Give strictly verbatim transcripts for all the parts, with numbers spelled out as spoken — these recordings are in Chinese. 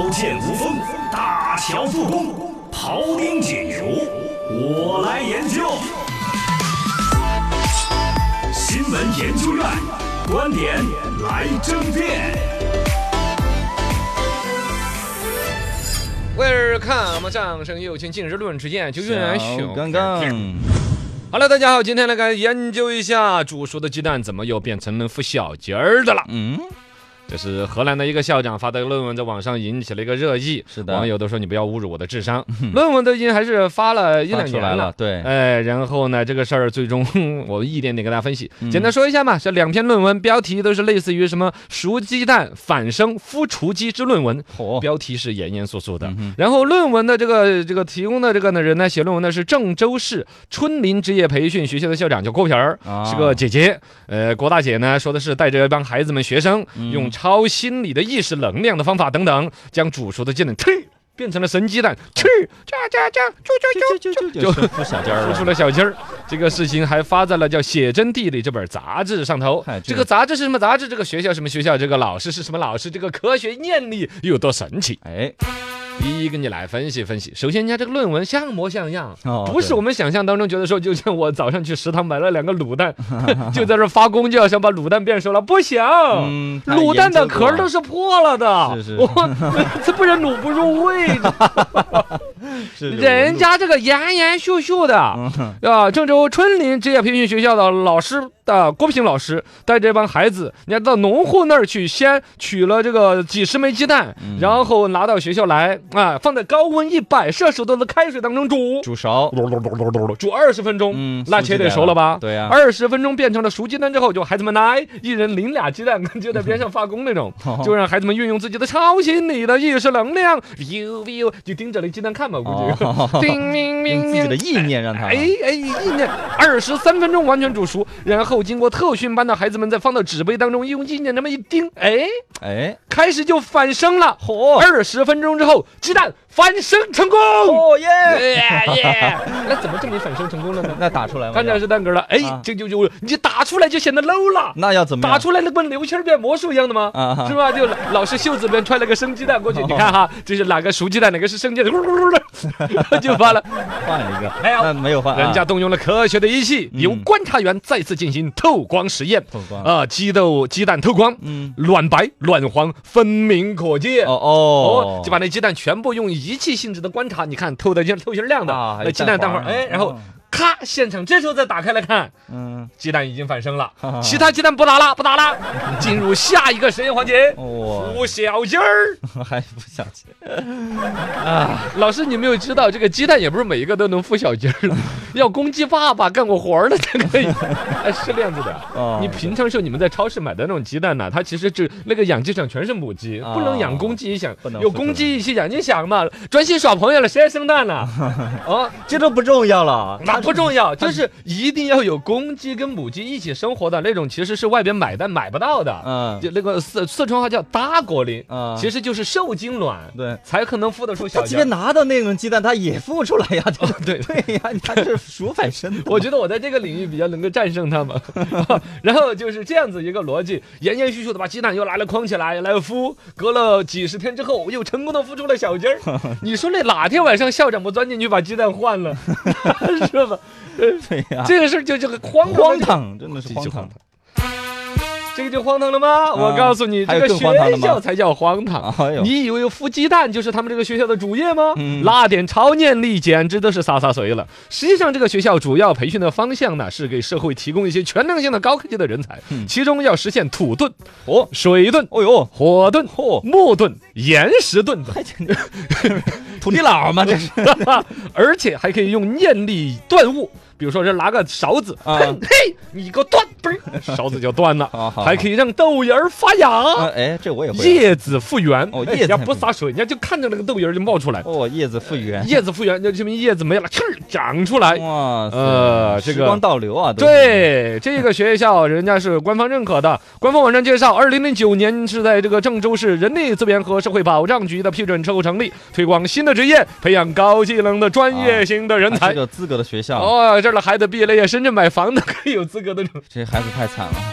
刀剑无锋，大乔复工，庖丁解牛，我来研究。新闻研究院观点来争辩。 Welcome， 掌声有请今日论之研究院熊刚刚。 Hello， 大家好，今天来个研究一下煮熟的鸡蛋怎么又变成了副小鸡儿的了。 嗯。 这是荷兰的一个校长发的论文，在网上引起了一个热议。 是的， 网友都说你不要侮辱我的智商。论文都已经还是发了一两年了， 了对， 哎，然后呢，这个事儿最终我一点点给大家分析，简单说一下嘛。这两篇论文标题都是类似于什么“熟鸡蛋反生孵雏鸡之论文”， 哦、 标题是严严肃肃的。嗯、然后论文的这个这个提供的这个呢人呢，写论文的是郑州市春林职业培训学校的校长，叫郭皮儿，啊、是个姐姐。呃，郭大姐呢说的是带着一帮孩子们学生、嗯、用超心理的意识能量的方法等等，将煮熟的鸡蛋吃变成了生鸡蛋，吃这这这就就就就就孵小鸡儿， 孵出了小鸡儿。这个事情还发在了叫《写真地理》这本杂志上头。这个杂志是什么杂志？这个学校什么学校？这个老师是什么老师？这个科学念力有多神奇？哎。第一个你来分析分析，首先人家这个论文像模像样，哦、不是我们想象当中觉得说，就像我早上去食堂买了两个卤蛋，就在这发功就要想把卤蛋变熟了，不行，嗯、卤蛋的壳都是破了的， 是是， 我这不然卤不入味。人家这个严严肃肃的啊，郑州春林职业培训学校的老师的郭平老师带这帮孩子，人家到农户那儿去，先取了这个几十枚鸡蛋，嗯、然后拿到学校来。啊，放在高温一百摄氏度的开水当中煮， 煮熟， 煮二十分钟，嗯，那且得熟了吧？ 对呀、啊， 二十分钟变成了熟鸡蛋之后，就孩子们来，一人领俩鸡蛋，就在边上发功那种，就让孩子们运用自己的超心理的意识能量，就盯着那鸡蛋看嘛，估计，叮叮叮， 自己的意念让他， 哎哎，意念，二十三分钟完全煮熟，然后经过特训班的孩子们再放到纸杯当中，用意念那么一叮，哎哎，开始就反生了，嚯，二十分钟之后。鸡蛋翻生成功！ 哦耶耶！那怎么证明反生成功了呢？ 那打出来吗？ 看起来是蛋壳了，哎，这就就你打出来就显得 low 了。 那要怎么打出来？那不跟刘谦变魔术一样的吗？啊，是吧？就老师袖子里面揣了个生鸡蛋过去，你看哈，这是哪个熟鸡蛋，哪个是生鸡蛋，就发了， 换了一个，没有，那没有换。 人家动用了科学的仪器，由观察员再次进行透光实验。透光啊，鸡豆鸡蛋透光，嗯，卵白卵黄分明可见。哦哦，就把那鸡蛋全部用仪器性质的观察，你看透的透芯亮的，那、啊、鸡蛋蛋黄，哎，然后咔，现场这时候再打开来看，嗯，鸡蛋已经反生了，其他鸡蛋不打了，不打了，进入下一个实验环节，孵小鸡儿， 还孵小鸡啊！老师，你没有知道这个鸡蛋也不是每一个都能孵小鸡儿的，要公鸡爸爸干过活的才可以，哎，是这样子的。哦、你平常时候你们在超市买的那种鸡蛋呢，它其实是那个养鸡场全是母鸡，哦、不能养公鸡，想有公鸡一起养，你想嘛，专心耍朋友了，谁还生蛋呢？ 哦，这都不重要了。 不重要，就是一定要有公鸡跟母鸡一起生活的那种，其实是外边买的买不到的。嗯，就那个四四川话叫大果林，嗯，其实就是受精卵，对，才可能孵得出小鸡。 他即便拿到那种鸡蛋，它也孵出来呀， 对对呀，它是熟反生的。 我觉得我在这个领域比较能够战胜他们。然后就是这样子一个逻辑，严严肃肃的把鸡蛋又拿来框起来来孵，隔了几十天之后，又成功的孵出了小鸡儿。你说那哪天晚上校长不钻进去把鸡蛋换了，是吧？ 对呀， 这个事儿就这个荒荒唐，真的是荒唐。 这个就荒唐了吗？啊、我告诉你，这个学校才叫荒唐。哎、你以为孵鸡蛋就是他们这个学校的主业吗？嗯、那点超念力简直都是洒洒水了。实际上，这个学校主要培训的方向呢，是给社会提供一些全能性的高科技的人才，嗯、其中要实现土遁、哦、水遁、哦哟、火遁、哦、木遁、岩石遁的。 土地佬吗？这是， 而且还可以用念力断物。比如说，这拿个勺子，啊、嘿，嘿你给我断，不是，勺子就断了。啊、还可以让豆芽发芽。 啊、哎，这我也会。 叶子复原。 哦，叶子。人家不洒水，人家就看着那个豆芽就冒出来。 哦，叶子复原。 叶子复原，就这边叶子没了，呲长出来。哇， 呃，这个时光倒流啊。 对，这个学校人家是官方认可的。官方网站介绍，二零零九年是在这个郑州市人力资源和社会保障局的批准之后成立，推广新的职业，培养高技能的专业型的人才。 是有资格的学校。 哦，这。孩子毕业了也深圳买房的可以有资格的。 这孩子太惨了。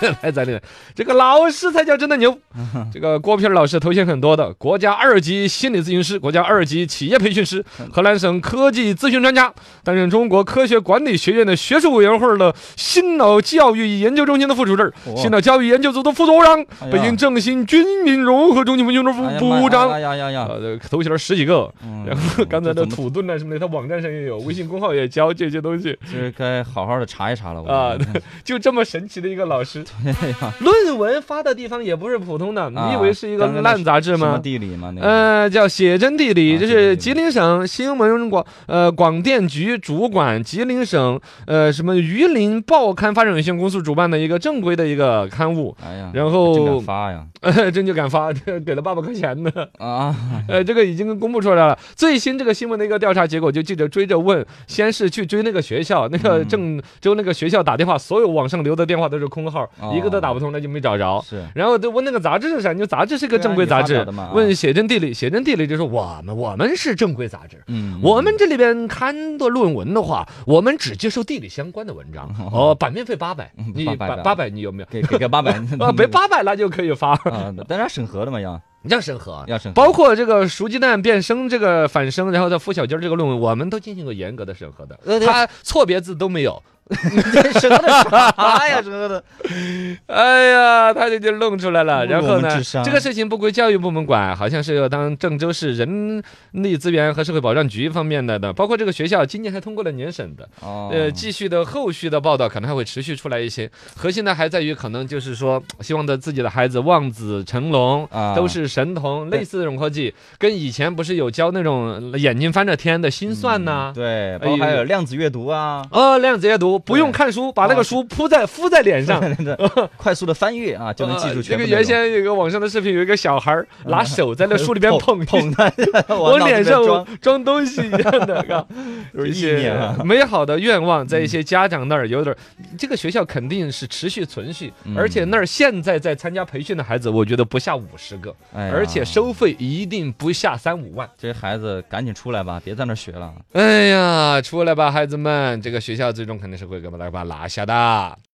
还在那，这个老师才叫真的牛。这个郭皮儿老师头衔很多的，国家二级心理咨询师，国家二级企业培训师，河南省科技咨询专家，担任中国科学管理学院的学术委员会的新脑教育研究中心的副主任，新脑教育研究组的副组长，北京振兴军民融合中心副副部长。 哎呀呀呀！ 呃，头衔十几个。然后刚才的土遁啊什么的，他网站上也有，微信公号也教这些东西。 就是该好好的查一查了啊！就这么神奇的一个老师，论文发的地方也不是普通的，你以为是一个烂杂志吗？ 什么地理吗？ 呃，叫写真地理，这是吉林省新闻广呃广电局主管，吉林省呃什么榆林报刊发展有限公司主办的一个正规的一个刊物。 哎呀， 然后真敢发呀！ 呃，真就敢发，给了八百块钱呢啊！ 呃，这个已经公布出来了。最新这个新闻的一个调查结果，就记者追着问，先是去追那个学校，那个正就那个学校打电话，所有网上留的电话都是空号，一个都打不通，那就没找着。 是， 然后就问那个杂志是啥？你说杂志是个正规杂志，问写真地理，写真地理就说我们我们是正规杂志，嗯，我们这里边刊的论文的话，我们只接受地理相关的文章，哦，版面费八百，你八八百你有没有？ 给给个八百， 啊，别八百那就可以发啊，当然审核的嘛要。 要审核， 要审核， 包括这个熟鸡蛋变生这个反生，然后再孵小鸡儿这个论文，我们都进行过严格的审核的，它错别字都没有。 审核的啥呀？审核的， 哎呀，他这就弄出来了。然后呢，这个事情不归教育部门管，好像是要当郑州市人力资源和社会保障局方面的的。包括这个学校今年还通过了年审的， 哦、 呃，继续的后续的报道可能还会持续出来一些。核心的还在于可能就是说，希望的自己的孩子望子成龙，啊、都是神童，类似这种科技，跟以前不是有教那种眼睛翻着天的心算呐、 嗯？对，包括还有量子阅读啊， 哦，量子阅读。不用看书，把那个书铺在敷在脸上， 快速的翻阅啊，就能记住全部。 这个原先有个网上的视频，有一个小孩拿手在那书里边碰碰他， 往脸上装东西一样的，有一些美好的愿望，在一些家长那儿有点。这个学校肯定是持续存续，而且那儿现在在参加培训的孩子，我觉得不下五十个，而且收费一定不下三五万。 这些孩子赶紧出来吧，别在那儿学了。 哎呀，出来吧，孩子们，这个学校最终肯定是会给把它拿下的。